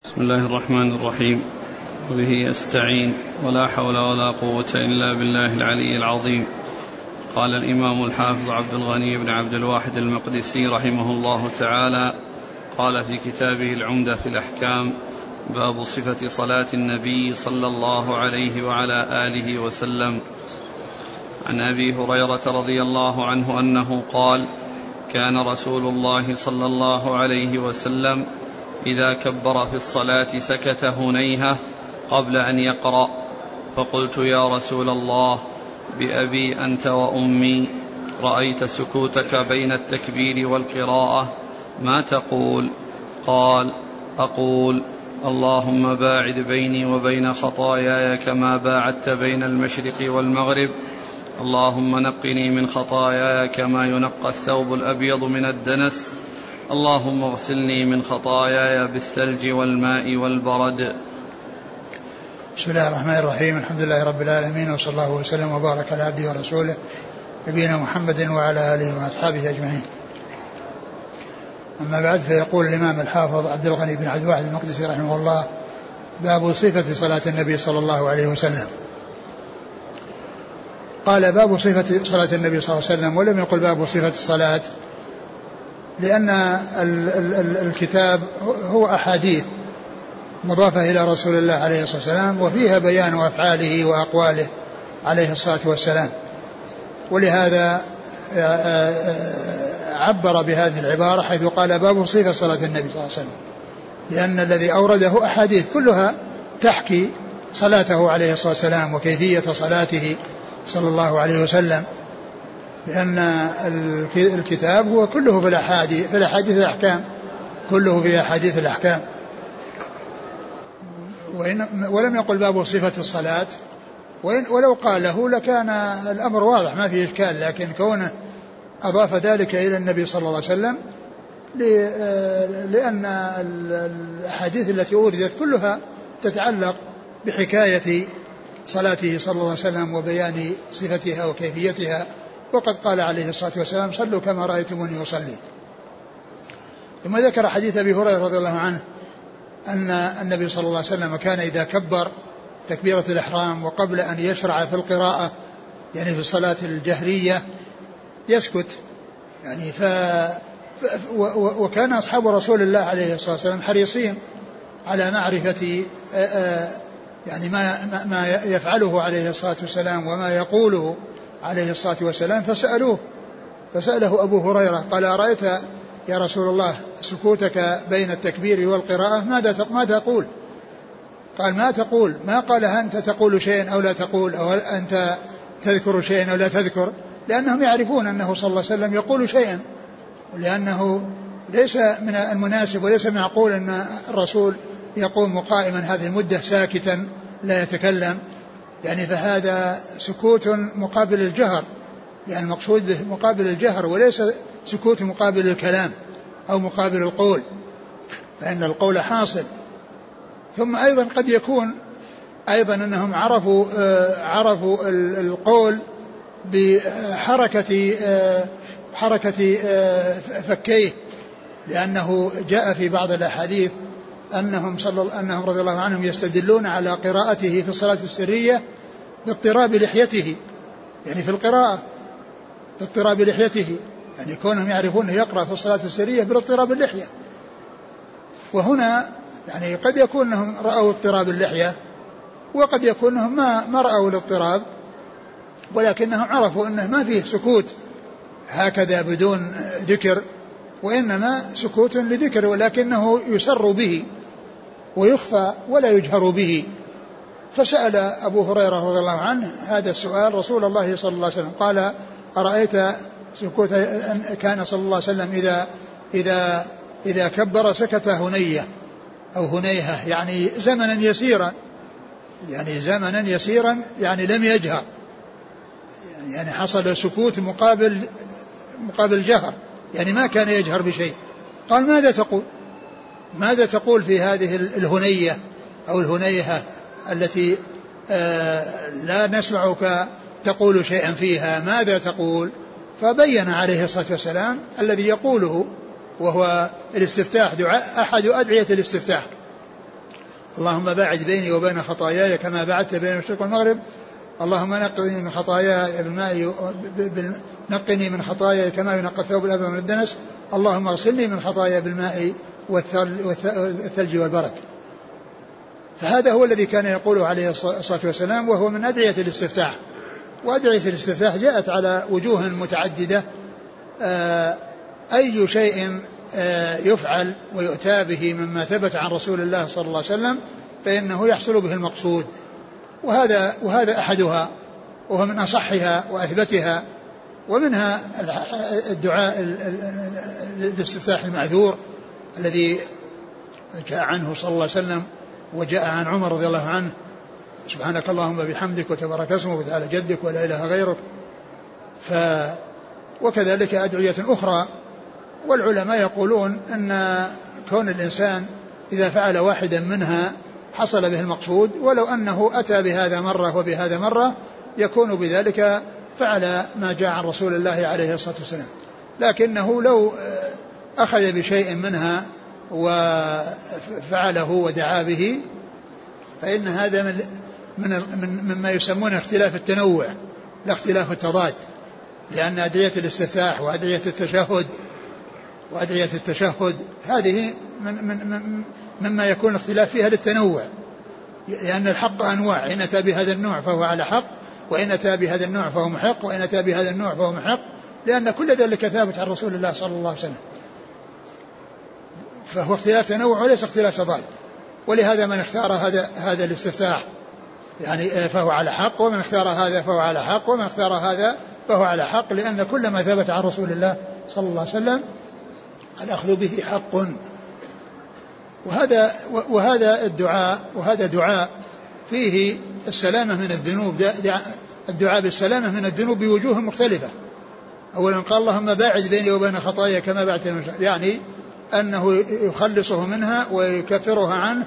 بسم الله الرحمن الرحيم، وبه أستعين، ولا حول ولا قوة إلا بالله العلي العظيم. قال الإمام الحافظ عبد الغني بن عبد الواحد المقدسي رحمه الله تعالى، قال في كتابه العمدة في الأحكام: باب صفة صلاة النبي صلى الله عليه وعلى آله وسلم. عن أبي هريرة رضي الله عنه أنه قال: كان رسول الله صلى الله عليه وسلم إذا كبر في الصلاة سكت هنيهة قبل أن يقرأ، فقلت: يا رسول الله، بأبي أنت وأمي، رأيت سكوتك بين التكبير والقراءة، ما تقول؟ قال: أقول: اللهم باعد بيني وبين خطاياي كما باعدت بين المشرق والمغرب، اللهم نقني من خطاياي كما ينقى الثوب الأبيض من الدنس، اللهم اغسلني من خطاياي بالثلج والماء والبرد. بسم الله الرحمن الرحيم. الحمد لله رب العالمين، وصلى الله وسلم وبارك على عبده ورسوله نبينا محمد وعلى آله وأصحابه أجمعين. أما بعد، فيقول الإمام الحافظ عبد الغني بن عبد الواحد المقدسي رحمه الله: باب صفة صلاة النبي صلى الله عليه وسلم. قال: باب صفة صلاة النبي صلى الله عليه وسلم، ولم يقل باب صفة الصلاة، لأن الكتاب هو أحاديث مضافة إلى رسول الله عليه الصلاة والسلام، وفيها بيان أفعاله وأقواله عليه الصلاة والسلام، ولهذا عبر بهذه العبارة حيث قال: باب صفة صلاة النبي صلى الله عليه وسلم، لأن الذي أورده أحاديث كلها تحكي صلاته عليه الصلاة والسلام وكيفية صلاته صلى الله عليه وسلم، لأن الكتاب هو كله في الأحاديث الأحكام، كله في أحاديث الأحكام. ولم يقل باب صفة الصلاة، ولو قاله لكان الأمر واضح ما فيه إشكال، لكن كونه أضاف ذلك إلى النبي صلى الله عليه وسلم لأن الأحاديث التي أوردت كلها تتعلق بحكاية صلاته صلى الله عليه وسلم وبيان صفتها وكيفيتها، وقد قال عليه الصلاة والسلام: صلوا كما رأيتموني أصلي. ثم ذكر حديث أبي هريرة رضي الله عنه أن النبي صلى الله عليه وسلم كان إذا كبر تكبيرة الإحرام وقبل أن يشرع في القراءة، يعني في الصلاة الجهرية، يسكت، يعني وكان أصحاب رسول الله عليه الصلاة والسلام حريصين على معرفة يعني ما يفعله عليه الصلاة والسلام وما يقوله عليه الصلاة والسلام، فسأله أبو هريرة قال: أرأيت يا رسول الله سكوتك بين التكبير والقراءة ماذا تقول؟ قال: ما تقول؟ ما قال أنت تقول شيئا أو لا تقول، أو أنت تذكر شيئا أو لا تذكر، لأنهم يعرفون أنه صلى الله عليه وسلم يقول شيئا، لأنه ليس من المناسب وليس معقول أن الرسول يقوم قائما هذه المدة ساكتا لا يتكلم، يعني فهذا سكوت مقابل الجهر، يعني المقصود به مقابل الجهر وليس سكوت مقابل الكلام أو مقابل القول، فإن القول حاصل. ثم أيضا قد يكون أيضا أنهم عرفوا القول بحركة فكيه، لأنه جاء في بعض الأحاديث أنهم رضي الله عنهم يستدلون على قراءته في الصلاة السرية باضطراب لحيته، يعني في القراءة باضطراب لحيته، يعني كونهم يعرفون يقرأ في الصلاة السرية باضطراب اللحية. وهنا يعني قد يكون أنهم رأوا اضطراب اللحية، وقد يكون أنهم ما رأوا الاضطراب، ولكنهم عرفوا أنه ما فيه سكوت هكذا بدون ذكر، وإنما سكوت لذكر، ولكنه يسر به ويخفى ولا يجهر به. فسأل أبو هريرة رضي الله عنه هذا السؤال رسول الله صلى الله عليه وسلم، قال: أرأيت سكوت كان صلى الله عليه وسلم إذا كبر سكت هنية أو هنيهة، يعني زمنا يسيرا، يعني لم يجهر، يعني حصل سكوت مقابل جهر، يعني ما كان يجهر بشيء. قال: ماذا تقول في هذه الهنية أو الهنيهة التي لا نسمعك تقول شيئا فيها، ماذا تقول؟ فبين عليه الصلاة والسلام الذي يقوله، وهو الاستفتاح، أحد أدعية الاستفتاح، اللهم باعد بيني وبين خطاياي كما باعدت بين المشرق والمغرب. اللهم نقني من خطاياي بالماء نقني من خطاياي كما ينقى الثوب الأبيض من الدنس. اللهم اغسلني من خطاياي بالماء والثلج والبرد. فهذا هو الذي كان يقوله عليه الصلاة والسلام، وهو من أدعية الاستفتاح. وأدعية الاستفتاح جاءت على وجوه متعددة. أي شيء يفعل ويؤتى به مما ثبت عن رسول الله صلى الله عليه وسلم فإنه يحصل به المقصود، وهذا أحدها، وهو من أصحها وأثبتها. ومنها الدعاء الاستفتاح المأذور الذي جاء عنه صلى الله عليه وسلم وجاء عن عمر رضي الله عنه: سبحانك اللهم بحمدك وتبارك اسمك وتعالى جدك ولا إله غيرك. وكذلك أدعية أخرى. والعلماء يقولون أن كون الإنسان إذا فعل واحدا منها حصل به المقصود، ولو أنه أتى بهذا مرة وبهذا مرة يكون بذلك فعل ما جاء عن رسول الله عليه الصلاة والسلام. لكنه لو أخذ بشيء منها وفعله ودعا به فإن هذا مما يسمونه اختلاف التنوع لا اختلاف التضاد، لأن أدعية الاستفتاح وأدعية التشهد هذه مما يكون الاختلاف فيها للتنوع، لأن الحق أنواع، إن أتى بهذا النوع فهو على حق، وإن أتى بهذا النوع فهو محق، وإن أتى بهذا النوع فهو محق، لأن كل ذلك ثابت عن رسول الله صلى الله عليه وسلم. فهو اختلاف تنوع وليس اختلاف تضاد. ولهذا من اختار هذا الاستفتاح يعني فهو على حق، ومن اختار هذا فهو على حق، ومن اختار هذا فهو على حق، لأن كل ما ثبت عن رسول الله صلى الله عليه وسلم الأخذ به حق. وهذا دعاء فيه السلامة من الذنوب، الدعاء بالسلامة من الذنوب بوجوه مختلفة. أولا قال اللهم باعد بيني وبين خطايا كما باعدت من المشرق، يعني أنه يخلصه منها ويكفرها عنه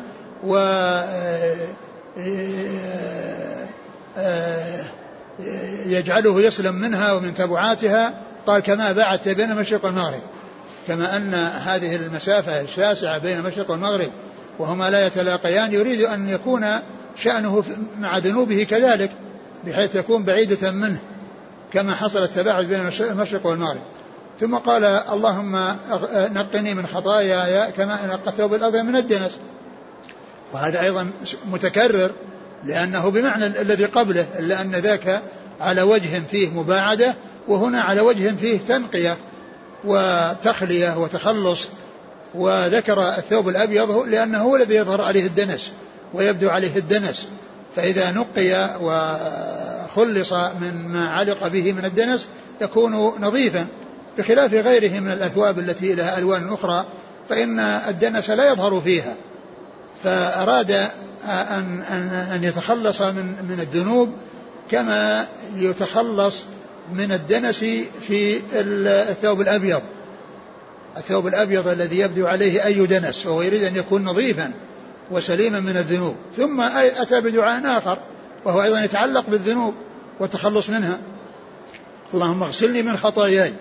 ويجعله يسلم منها ومن تبعاتها. قال كما باعدت بين المشرق والمغرب، كما أن هذه المسافة الشاسعة بين المشرق والمغرب وهما لا يتلاقيان يريد أن يكون شأنه مع ذنوبه كذلك، بحيث يكون بعيدة منه كما حصل التباعد بين المشرق والمغرب. ثم قال اللهم نقني من خطاياي كما نقى الثوب الأبيض من الدنس، وهذا أيضا متكرر لأنه بمعنى الذي قبله، إلا أن ذاك على وجه فيه مباعدة، وهنا على وجه فيه تنقية وتخلية وتخلص. وذكر الثوب الأبيض لأنه هو الذي يظهر عليه الدنس ويبدو عليه الدنس، فإذا نقي وخلص من ما علق به من الدنس يكون نظيفا، بخلاف غيره من الأثواب التي لها ألوان أخرى فإن الدنس لا يظهر فيها. فأراد أن يتخلص من الذنوب كما يتخلص من الدنس في الثوب الأبيض، الثوب الأبيض الذي يبدو عليه أي دنس، وهو يريد أن يكون نظيفا وسليما من الذنوب. ثم أتى بدعاء آخر وهو أيضا يتعلق بالذنوب والتخلص منها: اللهم اغسلني من خطاياي،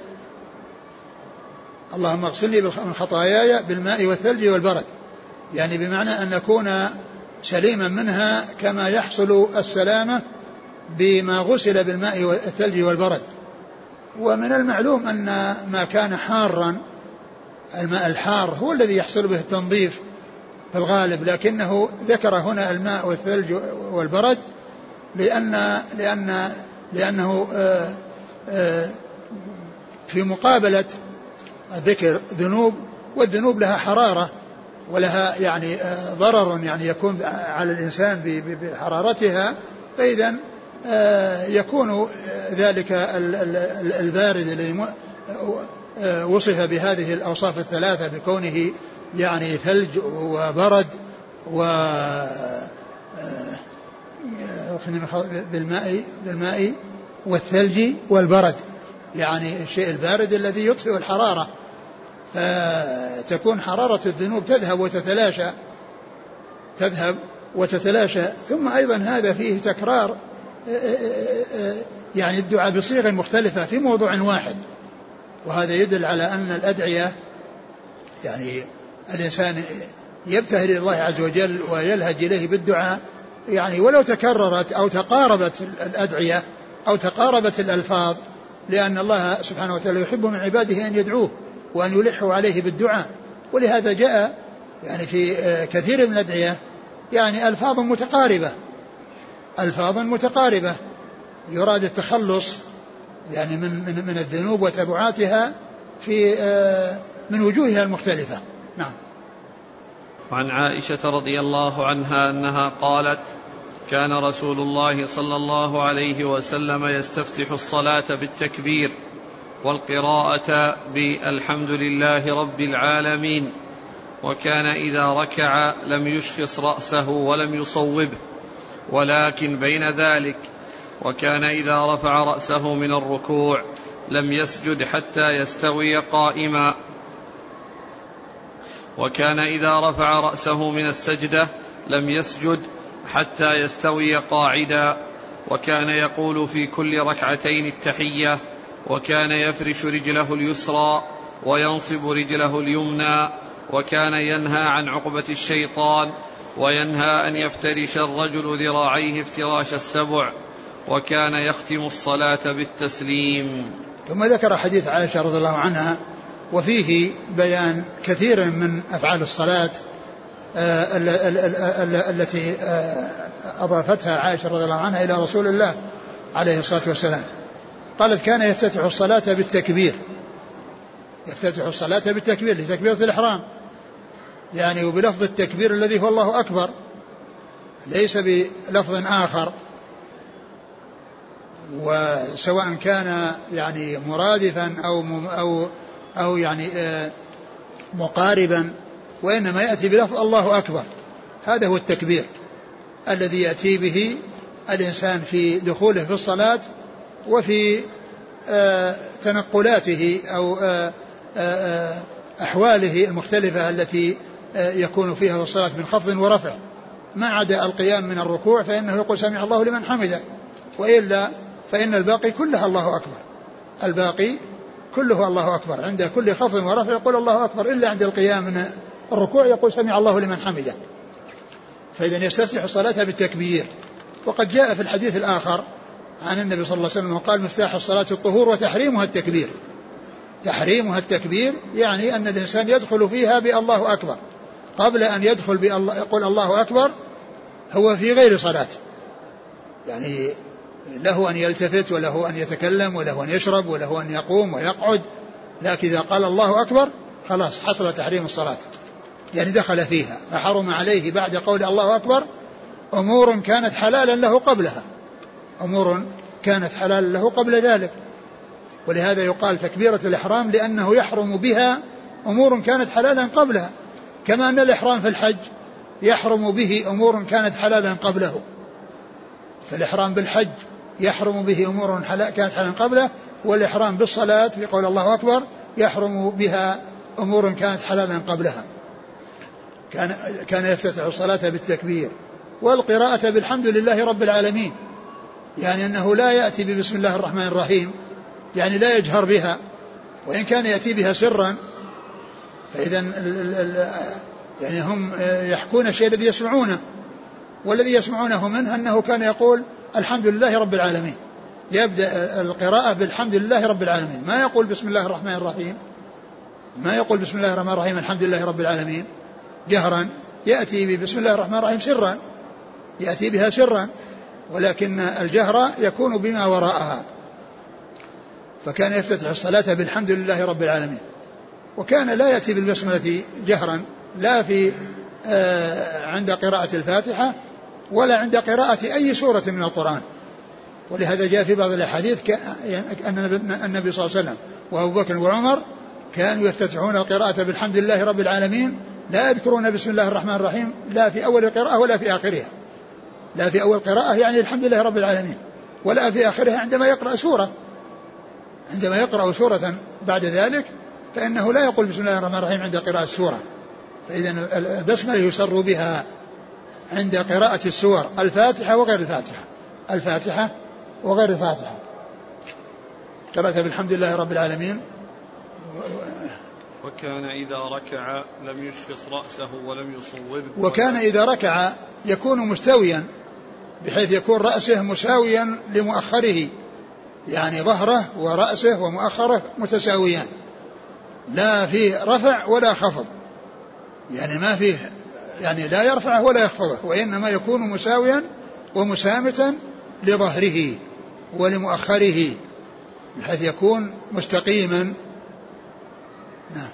اللهم اغسلني من خطاياي بالماء والثلج والبرد، يعني بمعنى أن نكون سليما منها كما يحصل السلامة بما غسل بالماء والثلج والبرد. ومن المعلوم أن ما كان حارا، الماء الحار هو الذي يحصل به التنظيف في الغالب، لكنه ذكر هنا الماء والثلج والبرد لأنه في مقابلة ذكر ذنوب، والذنوب لها حرارة ولها يعني ضرر يعني يكون على الإنسان بحرارتها، فإذا يكون ذلك البارد الذي وصف بهذه الأوصاف الثلاثة بكونه يعني ثلج وبرد بالماء والثلج والبرد، يعني الشيء البارد الذي يطفئ الحرارة، فتكون حرارة الذنوب تذهب وتتلاشى. ثم أيضا هذا فيه تكرار يعني الدعاء بصيغ مختلفة في موضوع واحد، وهذا يدل على أن الأدعية يعني الإنسان يبتهل إلى الله عز وجل ويلهج إليه بالدعاء، يعني ولو تكررت أو تقاربت الأدعية أو تقاربت الألفاظ، لأن الله سبحانه وتعالى يحب من عباده أن يدعوه وأن يلحوا عليه بالدعاء. ولهذا جاء يعني في كثير من الأدعية يعني ألفاظ متقاربة يراد التخلص يعني من الذنوب وتبعاتها في من وجوهها المختلفة. نعم. وعن عائشة رضي الله عنها أنها قالت: كان رسول الله صلى الله عليه وسلم يستفتح الصلاة بالتكبير والقراءة بالحمد لله رب العالمين، وكان إذا ركع لم يشخص رأسه ولم يصوبه ولكن بين ذلك، وكان إذا رفع رأسه من الركوع لم يسجد حتى يستوي قائما، وكان إذا رفع رأسه من السجدة لم يسجد حتى يستوي قاعدا، وكان يقول في كل ركعتين التحية، وكان يفرش رجله اليسرى وينصب رجله اليمنى، وكان ينهى عن عقبة الشيطان، وينهى أن يفترش الرجل ذراعيه افتراش السبع، وكان يختم الصلاة بالتسليم. ثم ذكر حديث عائشة رضي الله عنها وفيه بيان كثير من أفعال الصلاة التي أضافتها عائشة رضي الله عنها إلى رسول الله عليه الصلاة والسلام. قالت: كان يفتتح الصلاة بالتكبير، يفتتح الصلاة بالتكبير لتكبيرة الإحرام، يعني وبلفظ التكبير الذي هو الله أكبر، ليس بلفظ آخر، وسواء كان يعني مرادفا أو يعني مقاربا، وإنما يأتي بلفظ الله أكبر. هذا هو التكبير الذي يأتي به الإنسان في دخوله في الصلاة وفي تنقلاته أو أحواله المختلفة التي يكون فيها في الصلاة من خفض ورفع، ما عدا القيام من الركوع فإنه يقول سمع الله لمن حمده، وإلا فإن الباقي كلها الله أكبر، الباقي كله الله أكبر، عند كل خفض ورفع يقول الله أكبر، إلا عند القيام من الركوع يقول سمع الله لمن حمده. فإذا يستفتح الصلاة بالتكبير. وقد جاء في الحديث الآخر عن النبي صلى الله عليه وسلم قال: مفتاح الصلاة الطهور وتحريمها التكبير. تحريمها التكبير يعني أن الإنسان يدخل فيها بالله أكبر، قبل أن يدخل يقول الله أكبر هو في غير صلاة، يعني له أن يلتفت وله أن يتكلم وله أن يشرب وله أن يقوم ويقعد، لكن إذا قال الله أكبر خلاص حصل تحريم الصلاة، يعني دخل فيها، فحرم عليه بعد قول الله أكبر أمور كانت حلالا له قبلها، أمور كانت حلالا له قبل ذلك. ولهذا يقال تكبيرة الإحرام لأنه يحرم بها أمور كانت حلالا قبلها، كما أن الإحرام في الحج يحرم به أمور كانت حلالا قبله، فالإحرام بالحج يحرم به أمور كانت حلالا قبله، والإحرام بالصلاة في قول الله أكبر يحرم بها أمور كانت حلالا قبلها. كان يفتتح الصلاة بالتكبير والقراءة بالحمد لله رب العالمين، يعني أنه لا يأتي ببسم الله الرحمن الرحيم، يعني لا يجهر بها، وإن كان يأتي بها سرا، فإذا يعني هم يحكون الشيء الذي يسمعونه، والذي يسمعونه منه أنه كان يقول الحمد لله رب العالمين، يبدأ القراءة بالحمد لله رب العالمين، ما يقول بسم الله الرحمن الرحيم، ما يقول بسم الله الرحمن الرحيم الحمد لله رب العالمين جهرا، يأتي بسم الله الرحمن الرحيم سرا، يأتي بها سرا، ولكن الجهر يكون بما وراءها. فكان يفتتح الصلاة بالحمد لله رب العالمين، وكان لا يأتي بالبسملة جهرا، لا في عند قراءة الفاتحة ولا عند قراءة أي سورة من القرآن. ولهذا جاء في بعض الأحاديث أن النبي صلى الله عليه وسلم وأبو بكر وعمر كانوا يفتتحون القراءة بالحمد لله رب العالمين، لا يذكرون بسم الله الرحمن الرحيم لا في أول القراءة ولا في آخرها، لا في أول قراءة يعني الحمد لله رب العالمين، ولا في آخرها عندما يقرأ سورة، عندما يقرأ سورة بعد ذلك فإنه لا يقول بسم الله الرحمن الرحيم عند قراءة السورة. فإذا البسملة يسر بها عند قراءة السور، الفاتحة وغير الفاتحة، الفاتحة وغير الفاتحة. قراءة بالحمد لله رب العالمين وكان إذا ركع لم يشخص رأسه ولم يصوبه. وكان إذا ركع يكون مستويا بحيث يكون رأسه مساويا لمؤخره، يعني ظهره ورأسه ومؤخره متساويان، لا فيه رفع ولا خفض، يعني ما فيه، يعني لا يرفعه ولا يخفضه، وإنما يكون مساويا ومسامتا لظهره ولمؤخره بحيث يكون مستقيما. نعم.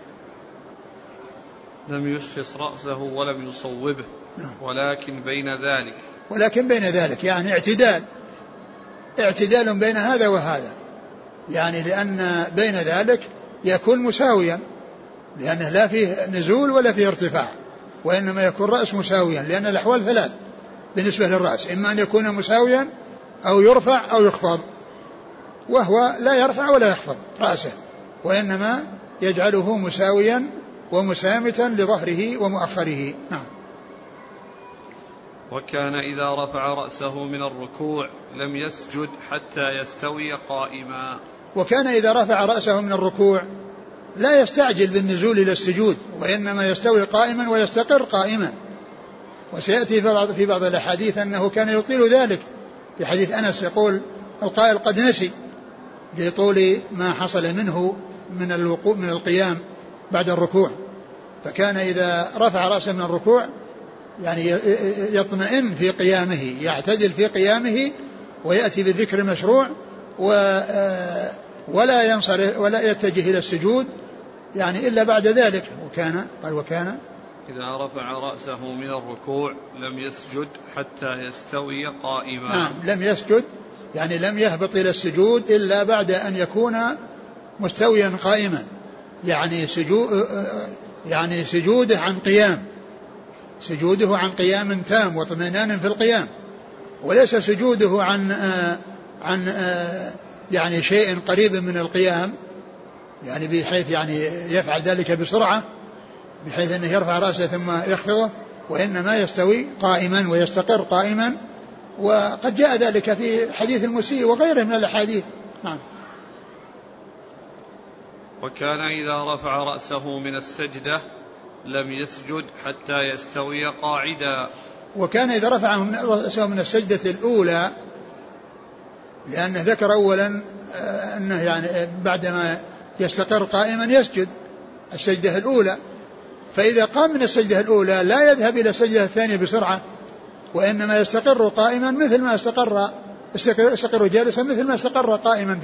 لم يشخص رأسه ولم يصوبه. نعم. ولكن بين ذلك يعني اعتدال بين هذا وهذا، يعني لأن بين ذلك يكون مساويا، لأنه لا فيه نزول ولا فيه ارتفاع، وإنما يكون رأس مساويا، لأن الأحوال ثلاث بالنسبة للرأس، إما أن يكون مساويا أو يرفع أو يخفض، وهو لا يرفع ولا يخفض رأسه، وإنما يجعله مساويا ومسامتا لظهره ومؤخره. نعم. وكان إذا رفع رأسه من الركوع لم يسجد حتى يستوي قائما. وكان إذا رفع رأسه من الركوع لا يستعجل بالنزول إلى السجود، وإنما يستوي قائما ويستقر قائما. وسيأتي في بعض الأحاديث أنه كان يطيل ذلك، في حديث أنس يقول القائل قد نسي لطول ما حصل منه من القيام بعد الركوع، فكان إذا رفع رأسه من الركوع يعني يطمئن في قيامه، يعتدل في قيامه، ويأتي بالذكر المشروع ولا ينصرف ولا يتجه إلى السجود يعني إلا بعد ذلك. وكان إذا رفع رأسه من الركوع لم يسجد حتى يستوي قائما. نعم، لم يسجد يعني لم يهبط إلى السجود إلا بعد أن يكون مستويا قائما، يعني سجوده عن قيام تام واطمئنان في القيام، وليس سجوده عن يعني شيء قريب من القيام، يعني بحيث يعني يفعل ذلك بسرعة بحيث أنه يرفع رأسه ثم يخفضه، وإنما يستوي قائما ويستقر قائما، وقد جاء ذلك في حديث المسيء وغيره من الأحاديث. نعم. وكان إذا رفع رأسه من السجدة لم يسجد حتى يستوي قاعدا. وكان إذا رفع رأسه من السجدة الأولى، لأنه ذكر أولا أنه يعني بعدما يستقر قائما يسجد السجدة الأولى، فإذا قام من السجدة الأولى لا يذهب إلى السجدة الثانية بسرعة، وإنما يستقر قائما مثل ما استقر جالسا مثل ما استقر قائما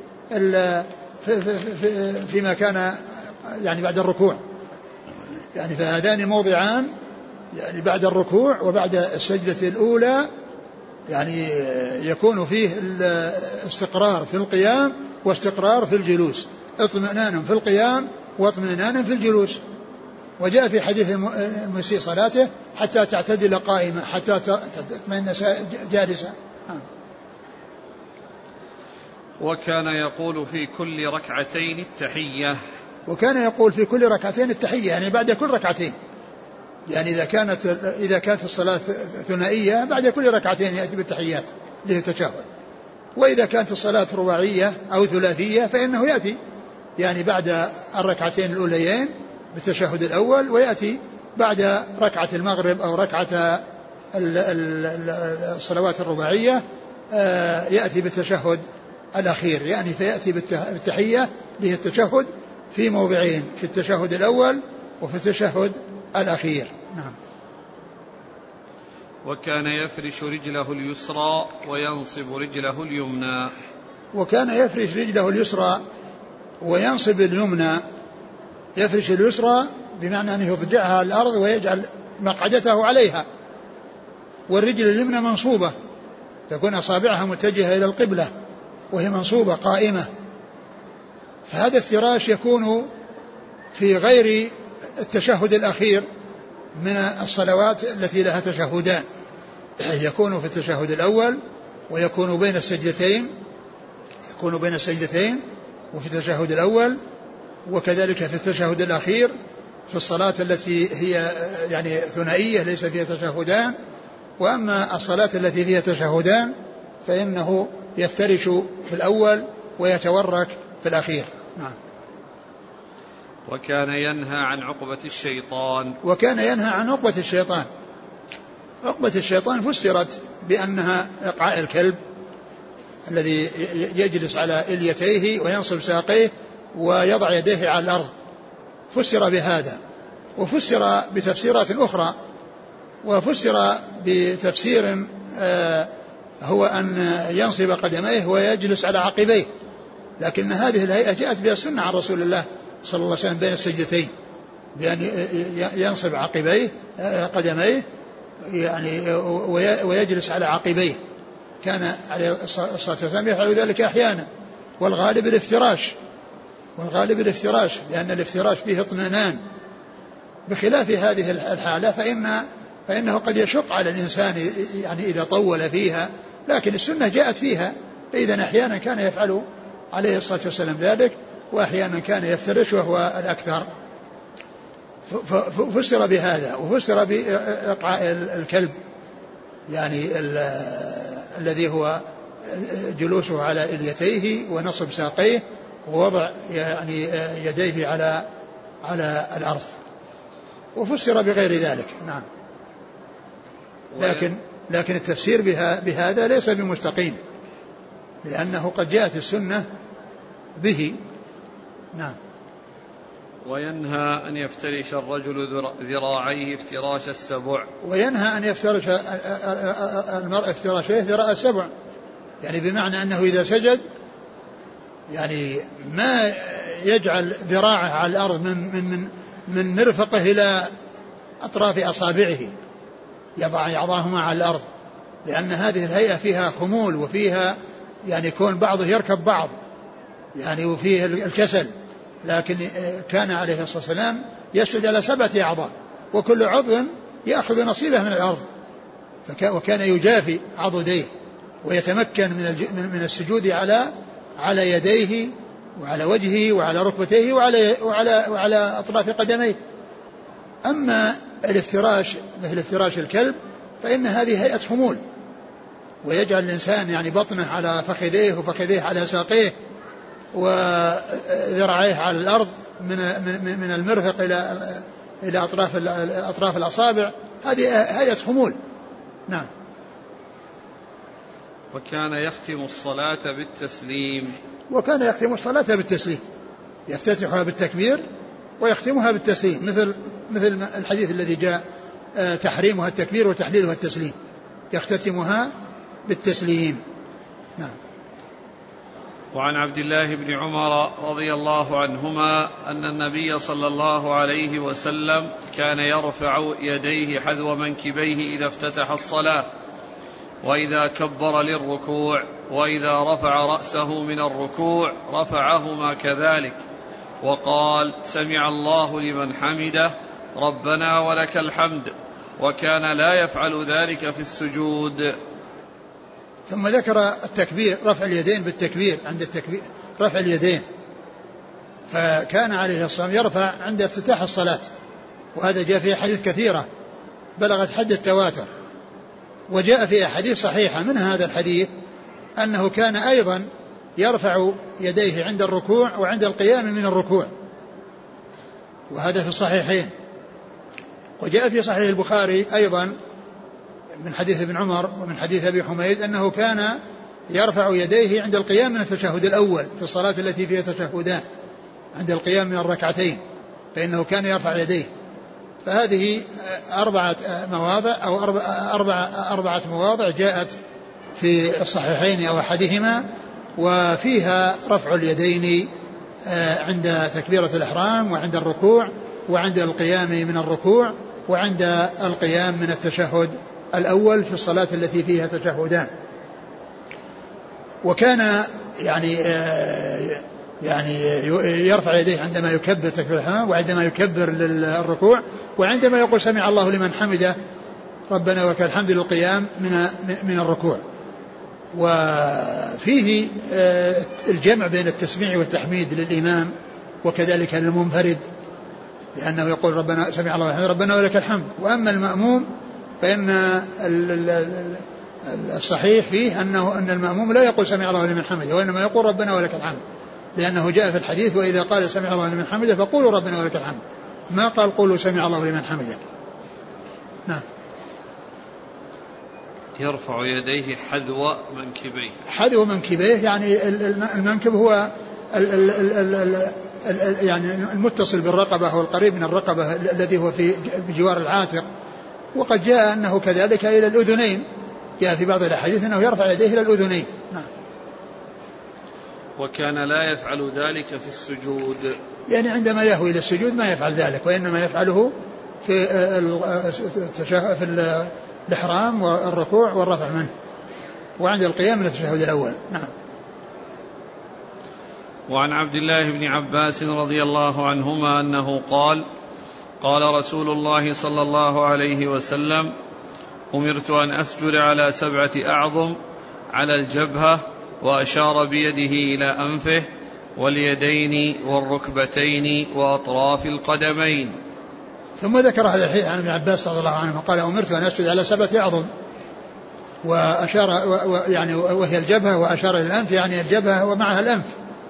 فيما كان يعني بعد الركوع. يعني فهذان موضعان، يعني بعد الركوع وبعد السجدة الأولى، يعني يكون فيه الاستقرار في القيام واستقرار في الجلوس، اطمئنان في القيام واطمئنان في الجلوس. وجاء في حديث المسيء صلاته حتى تعتدل قائمة حتى تطمئن جالسا. وكان يقول في كل ركعتين التحية. وكان يقول في كل ركعتين التحية، يعني بعد كل ركعتين، يعني إذا كانت الصلاة ثنائية بعد كل ركعتين يأتي بالتحيات للتشهد، وإذا كانت الصلاة رباعية أو ثلاثية فإنه يأتي يعني بعد الركعتين الأوليين بالتشهد الأول، ويأتي بعد ركعة المغرب أو ركعة الصلوات الرباعية يأتي بالتشهد الأخير، يعني فيأتي بالتحية له التشهد في موضعين، في التشهد الأول وفي التشهد الأخير. نعم. وكان يفرش رجله اليسرى وينصب رجله اليمنى. وكان يفرش رجله اليسرى وينصب اليمنى. يفرش اليسرى بمعنى أنه يضجعها على الأرض ويجعل مقعدته عليها، والرجل اليمنى منصوبة تكون أصابعها متجهة إلى القبلة وهي منصوبة قائمة. فهذا افتراش يكون في غير التشهد الأخير من الصلوات التي لها تشهدان، يكون في التشهد الأول ويكون بين السجدتين وفي التشهد الأول، وكذلك في التشهد الأخير في الصلاة التي هي يعني ثنائية ليس فيها تشهدان. وأما الصلاة التي فيها تشهدان فإنه يفترش في الأول ويتورك في الأخير. نعم. وكان ينهى عن عقبة الشيطان. وكان ينهى عن عقبة الشيطان. عقبة الشيطان فسرت بأنها إقعاء الكلب الذي يجلس على إليتيه وينصب ساقيه ويضع يديه على الأرض، فسر بهذا. وفسر بتفسيرات أخرى، وفسر بتفسير هو أن ينصب قدميه ويجلس على عقبيه، لكن هذه الهيئة جاءت بها السنة عن رسول الله صلى الله عليه وسلم بين السجدتين، بأن ينصب عقبيه قدميه يعني ويجلس على عقبيه. كان عليه الصلاة والسلام يفعل ذلك أحيانا، والغالب الافتراش، لأن الافتراش فيه اطمئنان، بخلاف هذه الحالة فإنه قد يشق على الإنسان يعني إذا طول فيها، لكن السنة جاءت فيها. فإذا أحيانا كان يفعل عليه الصلاة والسلام ذلك، وأحيانا كان يفترش وهو الأكثر. ففسر بهذا، وفسر بإقعاء الكلب يعني الذي هو جلوسه على إليتيه ونصب ساقيه ووضع يعني يديه على الأرض، وفسر بغير ذلك. نعم. لكن التفسير بهذا ليس بمستقيم، لأنه قد جاءت السنة به. نعم. وينهى أن يفترش الرجل ذراعيه افتراش السبع. وينهى أن يفترش المرء افتراشيه ذراع السبع، يعني بمعنى أنه إذا سجد يعني ما يجعل ذراعه على الأرض من مرفقه إلى أطراف أصابعه، يضعهما على الأرض، لأن هذه الهيئة فيها خمول، وفيها يعني كون بعضه يركب بعض يعني، وفيه الكسل. لكن كان عليه الصلاة والسلام يسجد على 7 أعضاء، وكل عضو يأخذ نصيبه من الأرض، وكان يجافي عضديه ويتمكن من السجود على يديه وعلى وجهه وعلى ركبتيه وعلى أطراف قدميه. أما الافتراش مثل افتراش الكلب فإن هذه هيئة خمول، ويجعل الإنسان يعني بطنه على فخذيه وفخذيه على ساقيه وذراعيه على الأرض من المرفق إلى أطراف الأصابع، هذه هيئة خمول. نعم. وكان يختم الصلاة بالتسليم. وكان يختم الصلاة بالتسليم، يفتتحها بالتكبير ويختمها بالتسليم، مثل الحديث الذي جاء تحريمها التكبير وتحليلها التسليم، يختتمها بالتسليم. نعم. وعن عبد الله بن عمر رضي الله عنهما أن النبي صلى الله عليه وسلم كان يرفع يديه حذو منكبيه إذا افتتح الصلاة، وإذا كبر للركوع، وإذا رفع رأسه من الركوع رفعهما كذلك، وقال: سمع الله لمن حمده ربنا ولك الحمد، وكان لا يفعل ذلك في السجود. ثم ذكر التكبير، رفع اليدين بالتكبير عند التكبير، رفع اليدين، فكان عليه الصلاة والسلام يرفع عند افتتاح الصلاة، وهذا جاء في أحاديث كثيرة بلغت حد التواتر، وجاء في أحاديث صحيحة من هذا الحديث أنه كان أيضا يرفع يديه عند الركوع وعند القيام من الركوع، وهذا في الصحيحين. وجاء في صحيح البخاري أيضا من حديث ابن عمر ومن حديث أبي حميد أنه كان يرفع يديه عند القيام من التشهد الأول في الصلاة التي فيها تشهدان، عند القيام من الركعتين فإنه كان يرفع يديه. فهذه 4 مواضع أو 4 مواضع جاءت في الصحيحين أو أحدهما، وفيها رفع اليدين عند تكبيرة الإحرام وعند الركوع وعند القيام من الركوع وعند القيام من التشهد الأول في الصلاة التي فيها تشهدان. وكان يعني يرفع يديه عندما يكبر تكبير الإحرام وعندما يكبر للركوع وعندما يقول سمع الله لمن حمده ربنا ولك الحمد للقيام من الركوع. وفيه الجمع بين التسميع والتحميد للإمام وكذلك للمنفرد، لأنه يقول ربنا سمع الله لمن ربنا ولك الحمد. وأما المأموم فإن الصحيح فيه أن المأموم لا يقول سمع الله لمن حمده، وإنما يقول ربنا ولك الحمد. لأنه جاء في الحديث وإذا قال سمع الله لمن حمده فقولوا ربنا ولك الحمد، ما قال قولوا سمع الله لمن حمده. نعم. يرفع يديه حذو منكبيه. حذو منكبيه يعني المنكب هو يعني المتصل بالرقبة والقريب من الرقبة الذي هو في بجوار العاتق. وقد جاء أنه كذلك إلى الأذنين، جاء في بعض الأحاديث أنه يرفع يديه إلى الأذنين. نعم. وكان لا يفعل ذلك في السجود، يعني عندما يهوي إلى السجود ما يفعل ذلك، وإنما يفعله في الإحرام والركوع والرفع منه، وعند القيام من التشهد الأول. نعم. وعن عبد الله بن عباس رضي الله عنهما أنه قال: قال رسول الله صلى الله عليه وسلم: أمرت أن أسجد على 7 أعظم، على الجبهة، وأشار بيده إلى أنفه واليدين والركبتين وأطراف القدمين. ثم ذكر هذا الحديث عن ابن عباس رضي الله عنه قال: أمرت أن أسجد على 7 أعظم، وأشار يعني وهي الجبهة، وأشار إلى الأنف يعني الجبهة ومعها الأنف،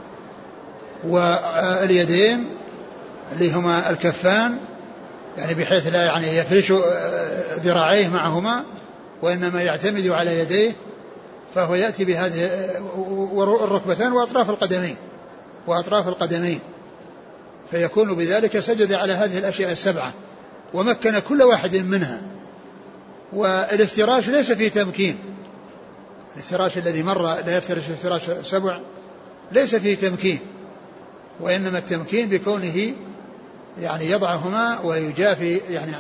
واليدين اللي هما الكفان، يعني بحيث لا يعني يفرش ذراعيه معهما، وإنما يعتمد على يديه، فهو يأتي بهذه الركبتين وأطراف القدمين فيكون بذلك سجد على هذه الأشياء 7 ومكن كل واحد منها. والافتراش ليس فيه تمكين، الافتراش الذي مر لا يفترش افتراش 7 ليس فيه تمكين، وإنما التمكين بكونه يعني يضعهما ويجافي يعني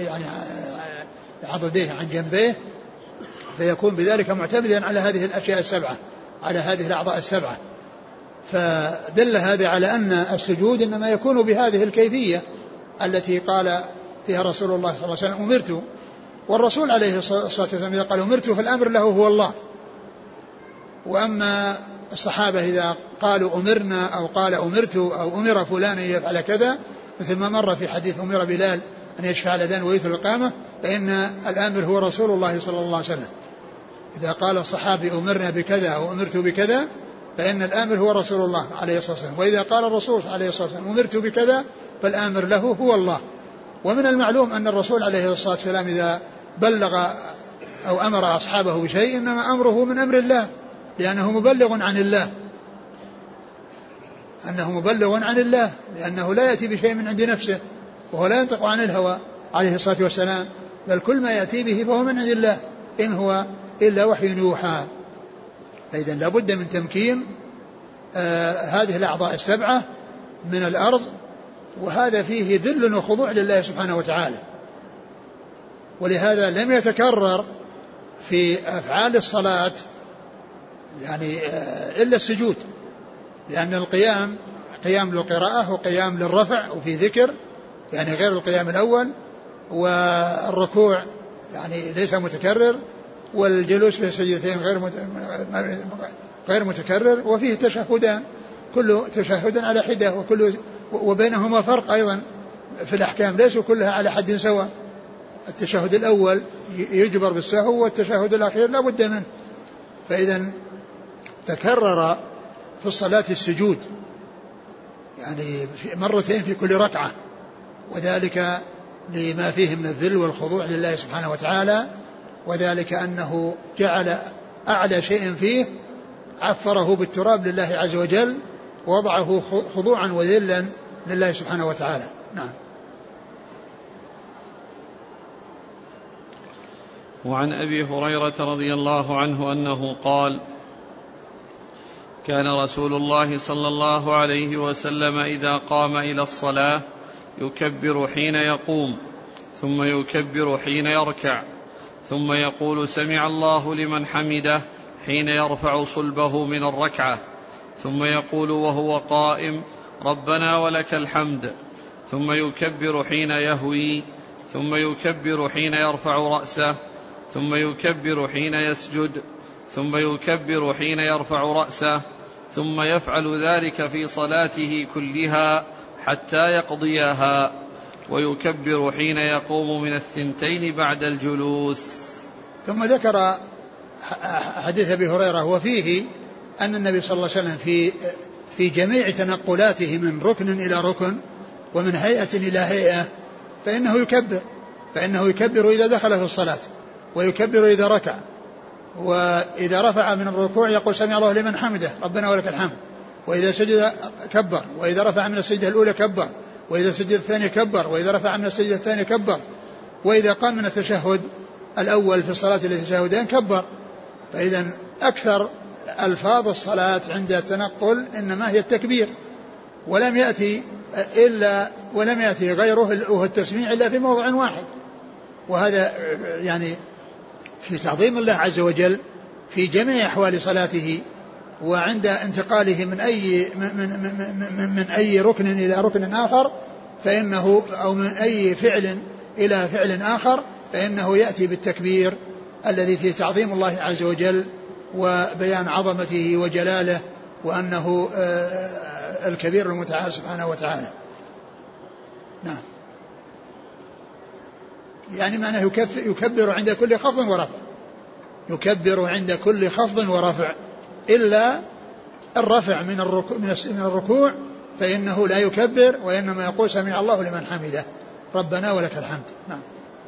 عضديه عن جنبيه، فيكون بذلك معتمدا على هذه الأشياء 7، على هذه الأعضاء 7. فدل هذا على أن السجود إنما يكون بهذه الكيفية التي قال فيها رسول الله صلى الله عليه وسلم: أمرت. والرسول عليه الصلاة والسلام إذا قال أمرت فالأمر له هو الله. وأما الصحابة إذا قالوا أمرنا أو قال أمرت أو أمر فلان يفعل كذا، مثل ما مر في حديث أمر بلال أن يشفع الأذان ويثر الإقامة، فإن الآمر هو رسول الله صلى الله عليه وسلم. إذا قال الصحابي أمرنا بكذا أو أمرت بكذا فإن الآمر هو رسول الله عليه الصلاة والسلام. وإذا قال الرسول عليه الصلاة والسلام أمرت بكذا فالآمر له هو الله. ومن المعلوم أن الرسول عليه الصلاة والسلام إذا بلغ أو أمر أصحابه بشيء إنما أمره من أمر الله، لأنه مبلغ عن الله، لأنه لا يأتي بشيء من عند نفسه، وهو لا ينطق عن الهوى عليه الصلاة والسلام، بل كل ما يأتي به فهو من عند الله، إن هو إلا وحي يوحى. فإذا لابد من تمكين هذه الأعضاء 7 من الأرض، وهذا فيه ذل وخضوع لله سبحانه وتعالى. ولهذا لم يتكرر في أفعال الصلاة يعني إلا السجود، لأن القيام قيام للقراءة وقيام للرفع وفي ذكر يعني غير القيام الأول، والركوع يعني ليس متكرر، والجلوس في السجدتين غير متكرر، وفيه تشهدان كل تشهد على حدة، وبينهما فرق أيضا في الأحكام، ليسوا كلها على حد سواء. التشهد الأول يجبر بالسهو، والتشهد الأخير لا بد منه. فإذا تكرر في الصلاة السجود يعني مرتين في كل ركعة، وذلك لما فيه من الذل والخضوع لله سبحانه وتعالى، وذلك أنه جعل أعلى شيء فيه عفره بالتراب لله عز وجل، ووضعه خضوعا وذلا لله سبحانه وتعالى. نعم. وعن أبي هريرة رضي الله عنه أنه قال: كان رسول الله صلى الله عليه وسلم إذا قام إلى الصلاة يكبر حين يقوم، ثم يكبر حين يركع، ثم يقول سمع الله لمن حمده حين يرفع صلبه من الركعة، ثم يقول وهو قائم ربنا ولك الحمد، ثم يكبر حين يهوي، ثم يكبر حين يرفع رأسه، ثم يكبر حين يسجد، ثم يكبر حين يرفع رأسه، ثم يفعل ذلك في صلاته كلها حتى يقضيها، ويكبر حين يقوم من 2 بعد الجلوس. ثم ذكر حديث أبي هريرة وفيه أن النبي صلى الله عليه وسلم في جميع تنقلاته من ركن إلى ركن ومن هيئة إلى هيئة فإنه يكبر إذا دخل في الصلاة، ويكبر إذا ركع، وإذا رفع من الركوع يقول سمع الله لمن حمده ربنا ولك الحمد، وإذا سجد كبر، وإذا رفع من السجدة الأولى كبر، وإذا سجد الثاني كبر، وإذا رفع من السجدة الثاني كبر، وإذا قام من التشهد الأول في الصلاة التشهدين كبر. فإذا أكثر ألفاظ الصلاة عند التنقل إنما هي التكبير، ولم يأتي غيره وهو التسميع إلا في موضع واحد. وهذا يعني في تعظيم الله عز وجل في جميع أحوال صلاته، وعند انتقاله من أي ركن إلى ركن آخر فإنه أو من أي فعل إلى فعل آخر فإنه يأتي بالتكبير الذي فيه تعظيم الله عز وجل وبيان عظمته وجلاله وأنه الكبير المتعال سبحانه وتعالى. نعم. يعني معناه يكبر عند كل خفض ورفع، يكبر عند كل خفض ورفع إلا الرفع من الركوع فإنه لا يكبر، وإنما يقول سمع الله لمن حمده ربنا ولك الحمد. نعم.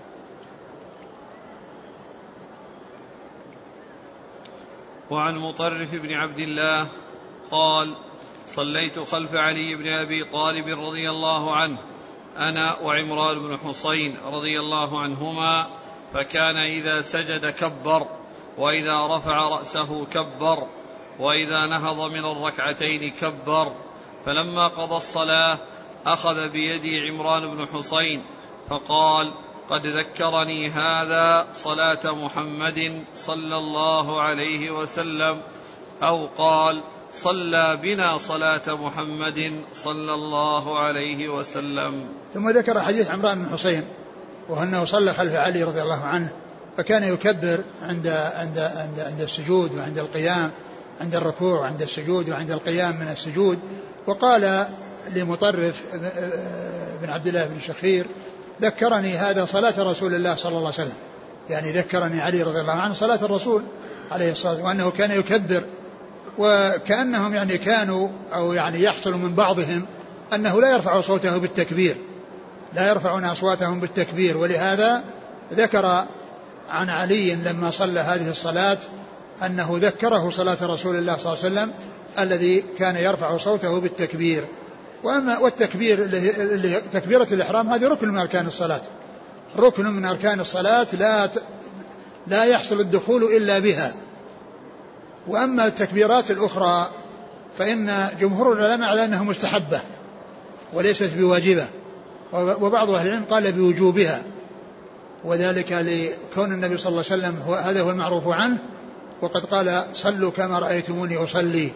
وعن مطرف بن عبد الله قال صليت خلف علي بن أبي طالب رضي الله عنه أنا وعمران بن حسين رضي الله عنهما، فكان إذا سجد كبر، وإذا رفع رأسه كبر، وإذا نهض من الركعتين كبر. فلما قضى الصلاة أخذ بيدي عمران بن حسين فقال قد ذكرني هذا صلاة محمد صلى الله عليه وسلم، أو قال صلى بنا صلاة محمد صلى الله عليه وسلم. ثم ذكر حديث عمران بن حسين وأنه صلى خلف علي رضي الله عنه، فكان يكبر عند السجود وعند القيام، عند الركوع وعند السجود وعند القيام من السجود. وقال لمطرف بن عبد الله بن شخير ذكرني هذا صلاة رسول الله صلى الله عليه وسلم، يعني ذكرني علي رضي الله عنه صلاة الرسول عليه الصلاة والسلام، وأنه كان يكبر. وكأنهم يعني كانوا أو يعني يحصل من بعضهم أنه لا يرفع صوته بالتكبير، لا يرفعون أصواتهم بالتكبير. ولهذا ذكر عن علي لما صلى هذه الصلاة أنه ذكره صلاة رسول الله صلى الله عليه وسلم الذي كان يرفع صوته بالتكبير. والتكبير اللي تكبيرة الإحرام هذه ركن من أركان الصلاة، ركن من أركان الصلاة لا يحصل الدخول إلا بها. وأما التكبيرات الأخرى فإن جمهور العلماء على أنها مستحبة وليست بواجبة، وبعض أهل العلم قال بوجوبها، وذلك لكون النبي صلى الله عليه وسلم هذا هو المعروف عنه، وقد قال صلوا كما رأيتموني أصلي.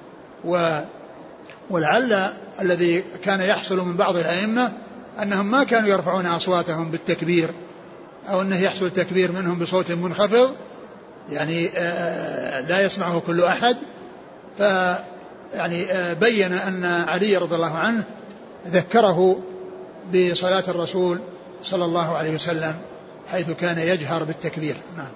ولعل الذي كان يحصل من بعض الأئمة أنهم ما كانوا يرفعون أصواتهم بالتكبير، أو أنه يحصل التكبير منهم بصوت منخفض يعني لا يسمعه كل أحد. فيعني بين أن علي رضي الله عنه ذكره بصلاة الرسول صلى الله عليه وسلم حيث كان يجهر بالتكبير. نعم.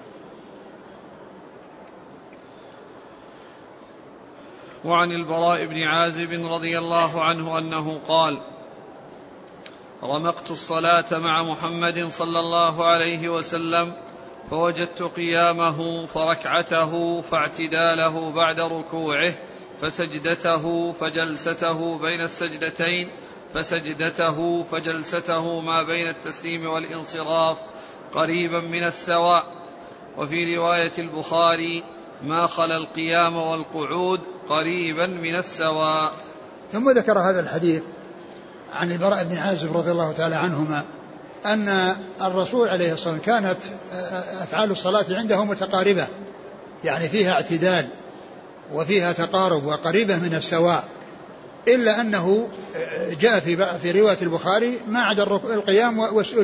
وعن البراء بن عازب رضي الله عنه أنه قال رمقت الصلاة مع محمد صلى الله عليه وسلم فوجدت قيامه فركعته فاعتداله بعد ركوعه فسجدته فجلسته بين السجدتين فسجدته فجلسته ما بين التسليم والانصراف قريبا من السواء. وفي رواية البخاري ما خلا القيام والقعود قريبا من السواء. ثم ذكر هذا الحديث عن البراء بن عازب رضي الله تعالى عنهما أن الرسول عليه الصلاة والسلام كانت أفعال الصلاة عنده متقاربة، يعني فيها اعتدال وفيها تقارب وقريبة من السواء، إلا أنه جاء في رواية البخاري ما عدا القيام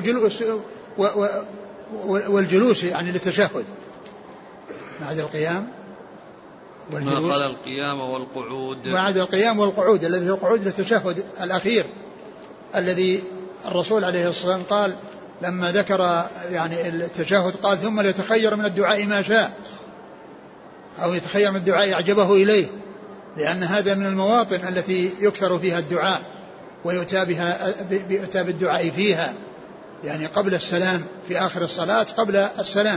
والجلوس يعني للتشهد، ما عدا القيام والجلوس، ما خلا القيام والقعود، ما عدا القيام والقعود الذي هو القعود للتشهد الأخير الذي الرسول عليه الصلاة والسلام قال لما ذكر يعني التشهد قال ثم ليتخير من الدعاء ما شاء، أو يتخير من الدعاء أعجبه إليه. لأن هذا من المواطن التي يكثر فيها الدعاء ويؤتى بالدعاء فيها، يعني قبل السلام في آخر الصلاة قبل السلام.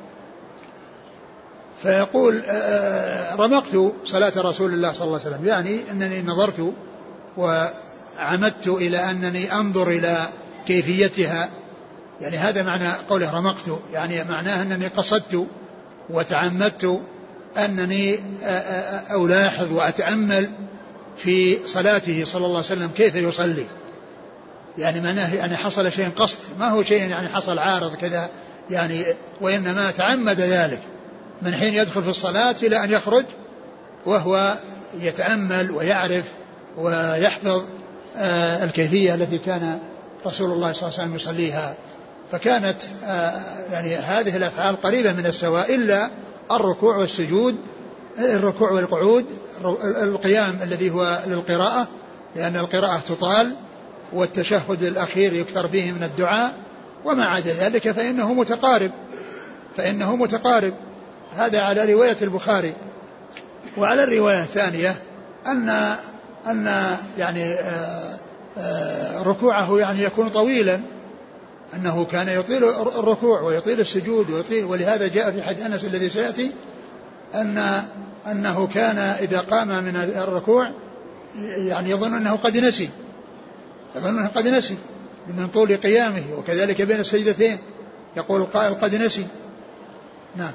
فيقول رمقت صلاة رسول الله صلى الله عليه وسلم، يعني أنني نظرت وعمدت إلى أنني أنظر إلى كيفيتها، يعني هذا معنى قوله رمقت، يعني معناه أنني قصدت وتعمدت أنني ألاحظ وأتأمل في صلاته صلى الله عليه وسلم كيف يصلي، يعني معناه يعني حصل شيء قصد، ما هو شيء يعني حصل عارض كذا يعني، وإنما تعمد ذلك من حين يدخل في الصلاة إلى أن يخرج وهو يتأمل ويعرف ويحفظ الكيفية التي كان رسول الله صلى الله عليه وسلم يصليها. فكانت يعني هذه الأفعال قريبة من السواء إلا الركوع والسجود، الركوع والقعود، القيام الذي هو للقراءة لأن القراءة تطال، والتشهد الأخير يكثر فيه من الدعاء، وما عدا ذلك فإنه متقارب. هذا على رواية البخاري. وعلى الرواية الثانية أن يعني ركوعه يعني يكون طويلا، أنه كان يطيل الركوع ويطيل السجود ويطيل، ولهذا جاء في حديث أنس الذي سيأتي أنه كان إذا قام من الركوع يعني يظن أنه قد نسي من طول قيامه، وكذلك بين السجدتين يقول القائل قد نسي. نعم.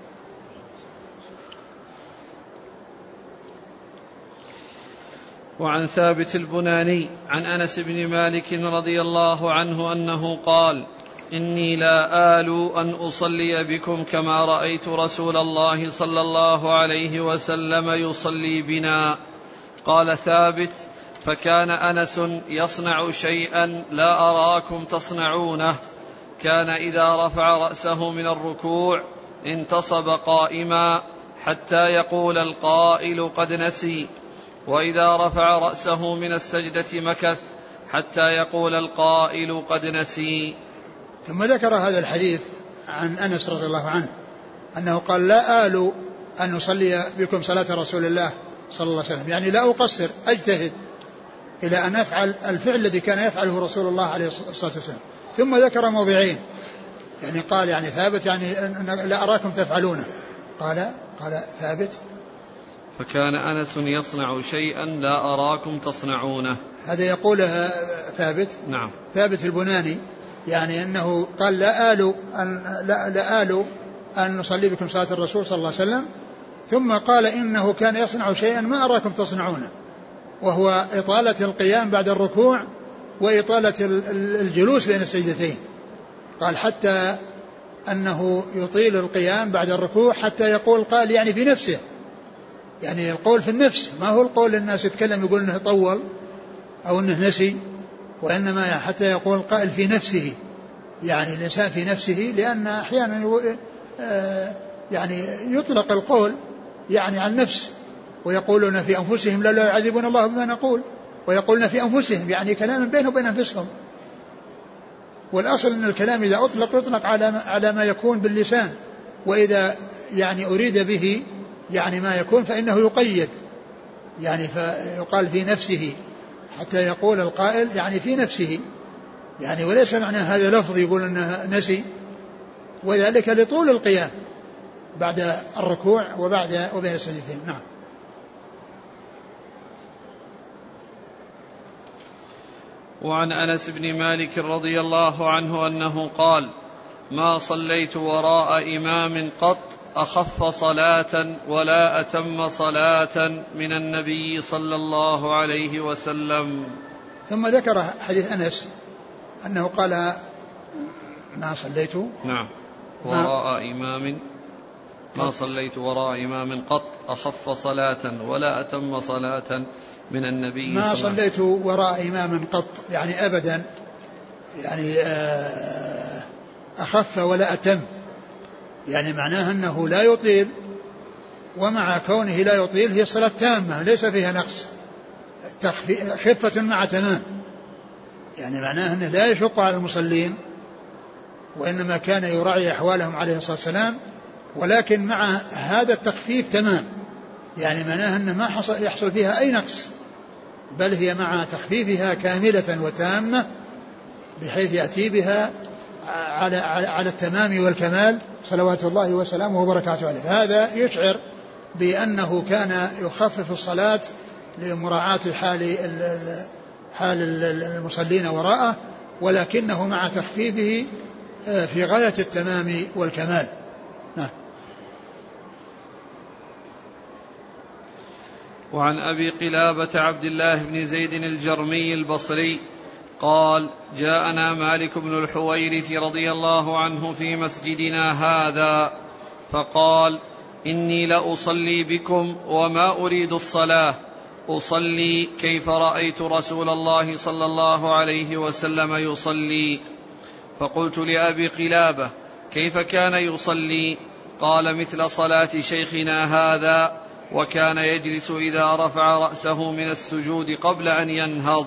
وعن ثابت البناني عن أنس بن مالك رضي الله عنه أنه قال: إني لا آل أن أصلي بكم كما رأيت رسول الله صلى الله عليه وسلم يصلي بنا. قال ثابت: فكان أنس يصنع شيئا لا أراكم تصنعونه، كان إذا رفع رأسه من الركوع انتصب قائما حتى يقول القائل قد نسي، وإذا رفع رأسه من السجدة مكث حتى يقول القائل قد نسي. ثم ذكر هذا الحديث عن أنس رضي الله عنه أنه قال: لا آل أن أصلي بكم صلاة رسول الله صلى الله عليه وسلم، يعني لا أقصر، أجتهد إلى أن أفعل الفعل الذي كان يفعله رسول الله عليه الصلاة والسلام. ثم ذكر موضعين، يعني قال يعني ثابت يعني لا أراكم تفعلونه، قال ثابت: فكان أنس يصنع شيئا لا أراكم تصنعونه. هذا يقوله ثابت. نعم. ثابت البناني، يعني أنه قال لا آل أن نصلي بكم صلاة الرسول صلى الله عليه وسلم، ثم قال إنه كان يصنع شيئا ما أراكم تصنعونه، وهو إطالة القيام بعد الركوع وإطالة الجلوس بين السجدتين. قال حتى أنه يطيل القيام بعد الركوع حتى يقول قال يعني في نفسه، يعني القول في النفس، ما هو القول الناس يتكلم يقول انه طول او انه نسي، وانما يعني حتى يقول القائل في نفسه، يعني الانسان في نفسه، لان احيانا يعني يطلق القول يعني عن نفس، ويقولون في انفسهم لا يعذبون الله بما نقول، ويقولون في انفسهم يعني كلام بينهم وبين انفسهم. والاصل ان الكلام اذا يطلق على ما يكون باللسان، واذا يعني اريد به يعني ما يكون فإنه يقيد، يعني فيقال في نفسه حتى يقول القائل يعني في نفسه، يعني وليس معنى هذا لفظ يقول أنه نسي، وذلك لطول القيام بعد الركوع وبين السجدتين. نعم. وعن أنس بن مالك رضي الله عنه أنه قال: ما صليت وراء إمام قط أخف صلاة ولا أتم صلاة من النبي صلى الله عليه وسلم. ثم ذكر حديث أنس أنه قال: ما صليت نعم وراء إمام ما صليت وراء إمام قط أخف صلاة ولا أتم صلاة من النبي ما صليت وراء إمام قط، يعني أبدا، يعني أخف ولا أتم، يعني معناه أنه لا يطيل، ومع كونه لا يطيل هي صلاة تامة ليس فيها نقص، خفة مع تمام، يعني معناه أنه لا يشق على المصلين، وإنما كان يراعي أحوالهم عليه الصلاة والسلام، ولكن مع هذا التخفيف تمام، يعني معناه أن ما يحصل فيها أي نقص، بل هي مع تخفيفها كاملة وتامة بحيث يأتي بها على التمام والكمال صلوات الله وسلامه وبركاته عليه. هذا يشعر بأنه كان يخفف الصلاة لمراعاة حال المصلين وراءه، ولكنه مع تخفيفه في غاية التمام والكمال. وعن أبي قلابة عبد الله بن زيد الجرمي البصري قال: جاءنا مالك بن الحويرث رضي الله عنه في مسجدنا هذا فقال: إني لأصلي بكم وما أريد الصلاة، أصلي كيف رأيت رسول الله صلى الله عليه وسلم يصلي. فقلت لأبي قلابة: كيف كان يصلي؟ قال: مثل صلاة شيخنا هذا، وكان يجلس إذا رفع رأسه من السجود قبل أن ينهض.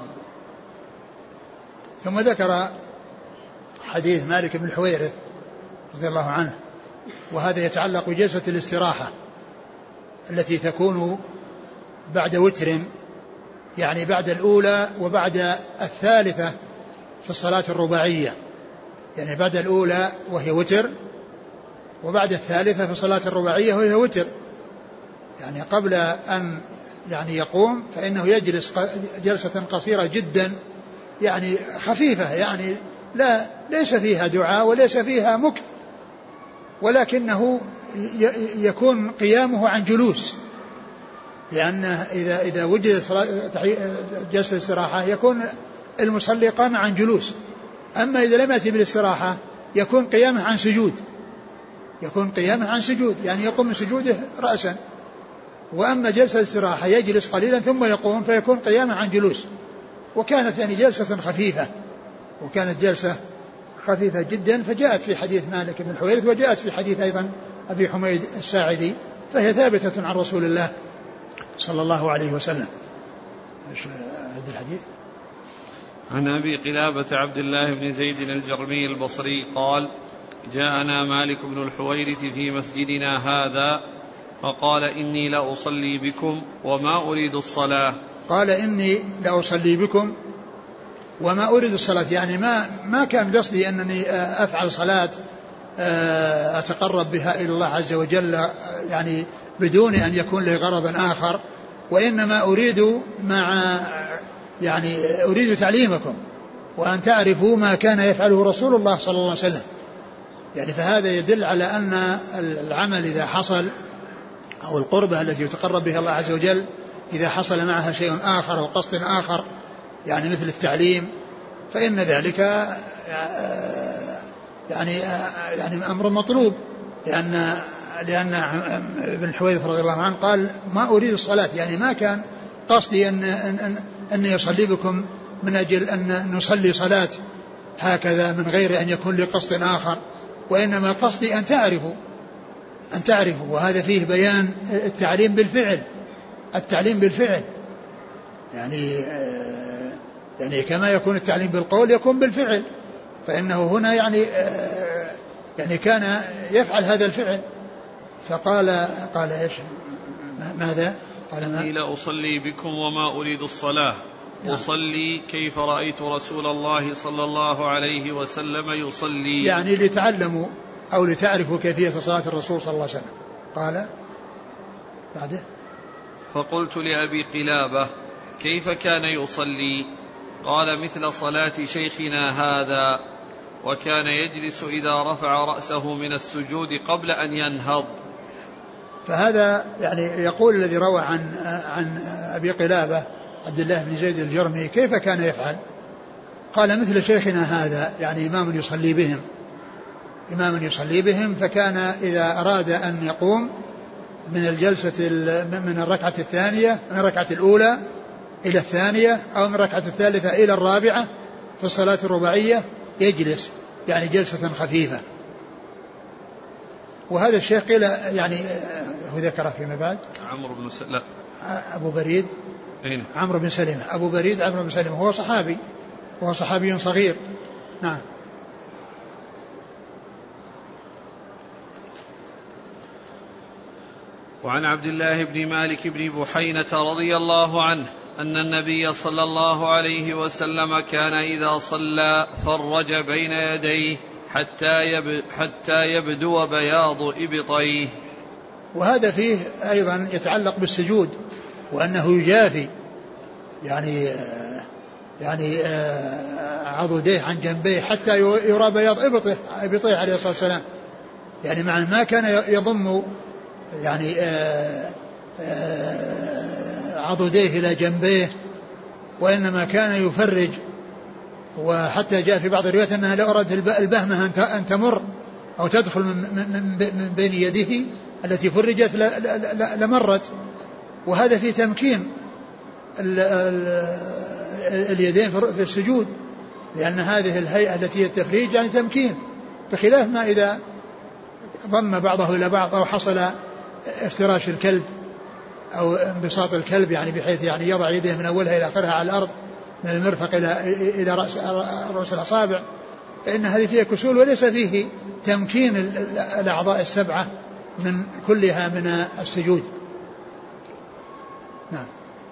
ثم ذكر حديث مالك بن الحويرث رضي الله عنه، وهذا يتعلق بجلسة الاستراحة التي تكون بعد وتر، يعني بعد الأولى وبعد الثالثة في الصلاة الرباعية، يعني بعد الأولى وهي وتر، وبعد الثالثة في الصلاة الرباعية وهي وتر. يعني قبل أن يعني يقوم فإنه يجلس جلسة قصيرة جدا، يعني خفيفة، يعني ليس فيها دعاء وليس فيها مكث، ولكنه يكون قيامه عن جلوس، لأنه إذا وجد جلسة الاستراحة يكون المصلي قام عن جلوس. أما إذا لم يأتي بالاستراحة يكون قيامه عن سجود، يكون قيامه عن سجود، يعني يقوم من سجوده رأسا. وأما جلسة الاستراحة يجلس قليلا ثم يقوم فيكون قيامه عن جلوس. وكانت يعني جلسة خفيفة، وكانت جلسة خفيفة جدا، فجاءت في حديث مالك بن الحويرث وجاءت في حديث أيضا أبي حميد الساعدي، فهي ثابتة عن رسول الله صلى الله عليه وسلم. ايش هذا الحديث؟ عن أبي قلابة عبد الله بن زيد الجرمي البصري قال: جاءنا مالك بن الحويرث في مسجدنا هذا فقال: إني لأصلي بكم وما أريد الصلاة. قال: إني لأصلي بكم وما أريد الصلاة، يعني ما كان قصدي أنني أفعل صلاة أتقرب بها إلى الله عز وجل، يعني بدون أن يكون لي غرض آخر، وإنما أريد أريد تعليمكم وأن تعرفوا ما كان يفعله رسول الله صلى الله عليه وسلم. يعني فهذا يدل على أن العمل إذا حصل، أو القربة التي يتقرب بها الله عز وجل، إذا حصل معها شيء آخر أو قصد آخر، يعني مثل التعليم، فإن ذلك يعني أمر مطلوب، لأن ابن الحويرث رضي الله عنه قال: ما أريد الصلاة، يعني ما كان قصدي أن يصلي بكم من أجل أن نصلي صلاة هكذا من غير أن يكون لي قصد آخر، وإنما قصدي أن تعرفوا. وهذا فيه بيان التعليم بالفعل، يعني كما يكون التعليم بالقول يكون بالفعل، فإنه هنا يعني كان يفعل هذا الفعل. فقال إيش ماذا؟ قال: إني لا أصلي بكم وما أريد الصلاة، أصلي كيف رأيت رسول الله صلى الله عليه وسلم يصلي، يعني لتعلموا أو لتعرفوا كيفية صلاة الرسول صلى الله عليه وسلم. قال بعده: فقلت لأبي قلابة: كيف كان يصلي؟ قال: مثل صلاة شيخنا هذا، وكان يجلس إذا رفع رأسه من السجود قبل أن ينهض. فهذا يعني يقول الذي روى عن أبي قلابة عبد الله بن زيد الجرمي كيف كان يفعل؟ قال: مثل شيخنا هذا، يعني إمام يصلي بهم، فكان إذا أراد أن يقوم من الجلسة من الركعة الثانية، من الركعة الأولى إلى الثانية، أو من الركعة الثالثة إلى الرابعة في الصلاة الرباعية، يجلس يعني جلسة خفيفة. وهذا الشيخ قيل يعني هو ذكر فيما بعد عمرو بن سلمة، أبو بريد، عمرو بن سلمة، أبو بريد عمرو بن سلمة، هو صحابي صغير. نعم. وعن عبد الله بن مالك بن بحينة رضي الله عنه أن النبي صلى الله عليه وسلم كان إذا صلى فرج بين يديه حتى يبدو بياض إبطيه. وهذا فيه أيضا يتعلق بالسجود، وأنه يجافي يعني عضديه عن جنبيه حتى يرى بياض إبطيه عليه الصلاة والسلام، يعني مع ما كان يضم يعني عضديه إلى جنبيه، وإنما كان يفرج. وحتى جاء في بعض الروايات أنها لو أراد البهمة أن تمر أو تدخل من بين يده التي فرجت لمرت. وهذا في تمكين اليدين في السجود، لأن هذه الهيئة التي هي التفريج يعني تمكين، بخلاف ما إذا ضم بعضه إلى بعض أو حصل افتراش الكلب أو انبساط الكلب، يعني بحيث يعني يضع يده من أولها إلى آخرها على الأرض من المرفق إلى رأس الأصابع، فإن هذه فيها كسول وليس فيه تمكين الأعضاء السبعة من كلها من السجود. نعم.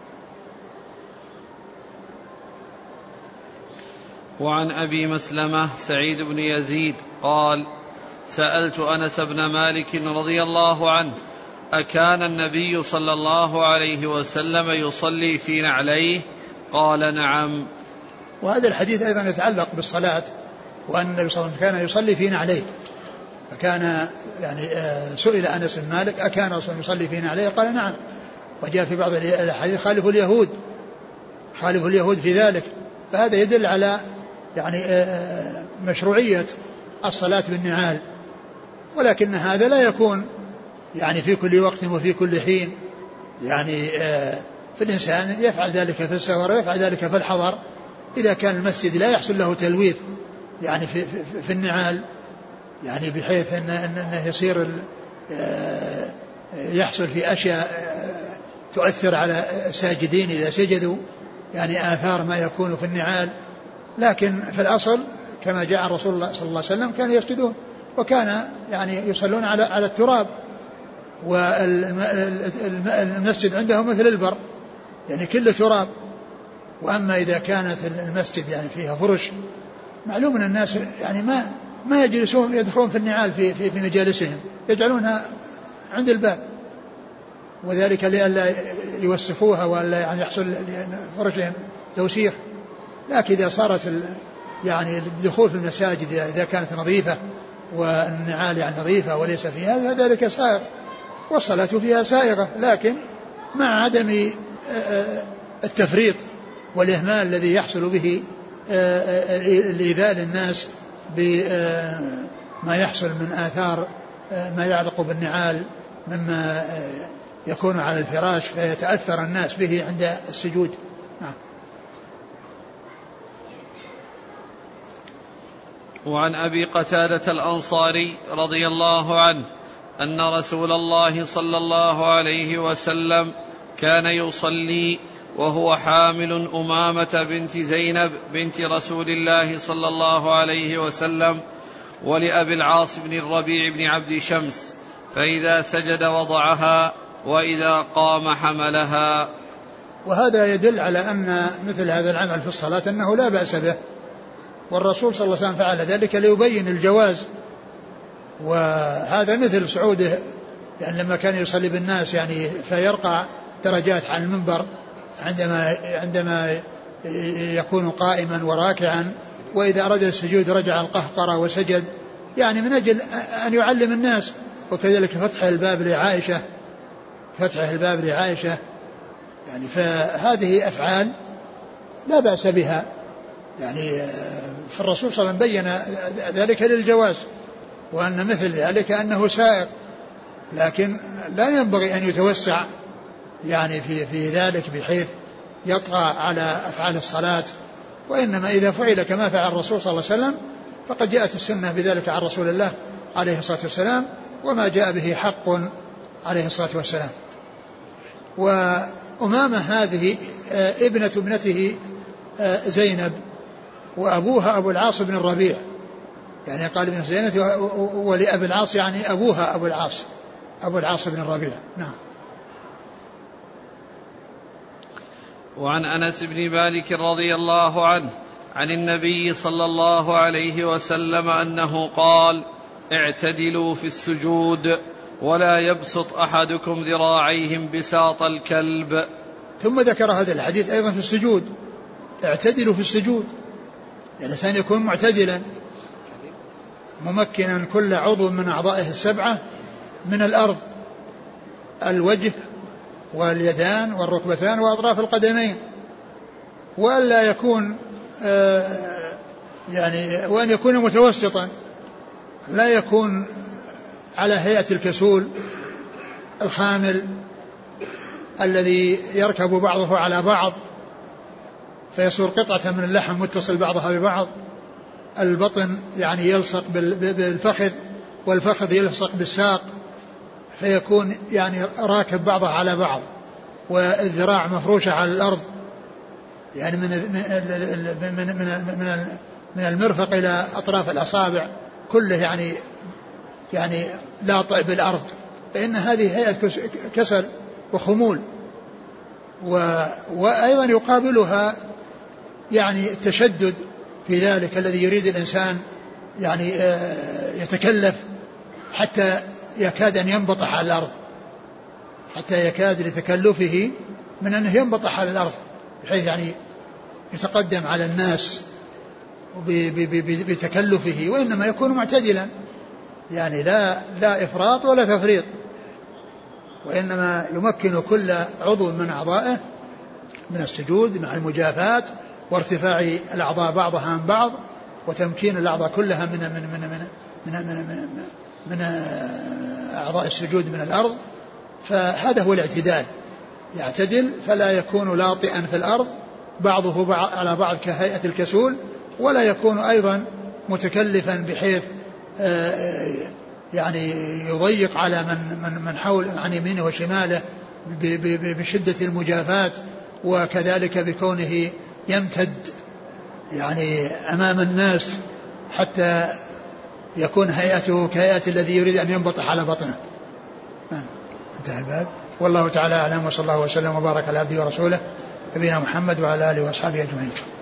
وعن أبي مسلمة سعيد بن يزيد قال: سألت أنس بن مالك رضي الله عنه: أكان النبي صلى الله عليه وسلم يصلي في نعليه؟ قال: نعم. وهذا الحديث أيضا يتعلق بالصلاة، وأن النبي صلى الله عليه وسلم كان يصلي في نعليه، فكان يعني سئل أنس بن مالك: أكان رسول يصلي في نعليه؟ قال: نعم. وجاء في بعض الحديث: خالفوا اليهود في ذلك. فهذا يدل على يعني مشروعية الصلاة بالنعال، ولكن هذا لا يكون يعني في كل وقت وفي كل حين، يعني فالإنسان يفعل ذلك في السفر ويفعل ذلك في الحضر إذا كان المسجد لا يحصل له تلويث يعني في النعال، يعني بحيث أنه يصير يحصل في أشياء تؤثر على الساجدين إذا سجدوا، يعني آثار ما يكون في النعال. لكن في الأصل كما جاء عن رسول الله صلى الله عليه وسلم كان يسجدون، وكان يعني يصلون على التراب، والمسجد عندهم مثل البر يعني كله تراب. وأما إذا كانت المسجد يعني فيها فرش، معلوم أن الناس يعني ما يجلسون يدخلون في النعال في مجالسهم، يجعلونها عند الباب، وذلك لئلا يوسخوها ولا يعني يحصل فرشهم توسيخ. لكن إذا صارت يعني الدخول في المساجد إذا كانت نظيفة والنعال يعني نظيفة وليس فيها ذلك سائغ، والصلاة فيها سائغة، لكن مع عدم التفريط والإهمال الذي يحصل به الإيذاء للناس بما يحصل من آثار ما يعلق بالنعال مما يكون على الفراش فيتأثر الناس به عند السجود. نعم. وعن أبي قتادة الأنصاري رضي الله عنه أن رسول الله صلى الله عليه وسلم كان يصلي وهو حامل أمامة بنت زينب بنت رسول الله صلى الله عليه وسلم ولأبي العاص بن الربيع بن عبد شمس، فإذا سجد وضعها وإذا قام حملها. وهذا يدل على أن مثل هذا العمل في الصلاة أنه لا بأس به، والرسول صلى الله عليه وسلم فعل ذلك ليبين الجواز. وهذا مثل صعوده يعني لما كان يصلي بالناس يعني فيرقى درجات عن المنبر عندما يكون قائما وراكعا، وإذا أراد السجود رجع القهقرة وسجد، يعني من أجل أن يعلم الناس. وكذلك فتح الباب لعائشة يعني فهذه أفعال لا بأس بها، يعني فالرسول صلى الله عليه وسلم بين ذلك للجواز، وأن مثل ذلك أنه سائر، لكن لا ينبغي أن يتوسع يعني في ذلك بحيث يطغى على أفعال الصلاة. وإنما إذا فعل كما فعل الرسول صلى الله عليه وسلم فقد جاءت السنة بذلك عن رسول الله عليه الصلاة والسلام، وما جاء به حق عليه الصلاة والسلام. وأمامة هذه ابنته زينب، وأبوها أبو العاص بن الربيع، يعني قال ابن زينب ولأبي العاص يعني أبوها أبو العاص، أبو العاص بن الربيع. نعم. وعن أنس بن مالك رضي الله عنه عن النبي صلى الله عليه وسلم أنه قال: اعتدلوا في السجود ولا يبسط أحدكم ذراعيه بساط الكلب. ثم ذكر هذا الحديث أيضا في السجود، اعتدلوا في السجود، يعني الإنسان يكون معتدلا ممكنا كل عضو من أعضائه السبعة من الأرض، الوجه واليدان والركبتان وأطراف القدمين، وألا يكون يعني وأن يكون متوسطا، لا يكون على هيئة الكسول الخامل الذي يركب بعضه على بعض فيصير قطعة من اللحم متصل بعضها ببعض، البطن يعني يلصق بالفخذ والفخذ يلصق بالساق فيكون يعني راكب بعضها على بعض، والذراع مفروشة على الأرض، يعني من المرفق إلى أطراف الأصابع كله يعني لاطئ بالأرض، فإن هذه هيئة كسل وخمول. وأيضا يقابلها يعني التشدد في ذلك الذي يريد الإنسان يعني يتكلف حتى يكاد أن ينبطح على الأرض، حتى يكاد لتكلفه من أنه ينبطح على الأرض بحيث يعني يتقدم على الناس بتكلفه، وإنما يكون معتدلا، يعني لا إفراط ولا تفريط، وإنما يمكن كل عضو من أعضائه من السجود مع المجافاة وارتفاع الأعضاء بعضها عن بعض وتمكين الأعضاء كلها من أعضاء السجود من الأرض. فهذا هو الاعتدال، يعتدل فلا يكون لاطئا في الأرض بعضه على بعض كهيئة الكسول، ولا يكون أيضا متكلفا بحيث يعني يضيق على من حول عن يمينه وشماله بشدة المجافاة، وكذلك بكونه يمتد يعني أمام الناس حتى يكون هيئته كهيئة الذي يريد أن ينبطح على بطنه. انتهى الباب. والله تعالى أعلم، وصلى الله وسلم وبارك على عبده ورسوله نبينا محمد وعلى آله وأصحابه أجمعين.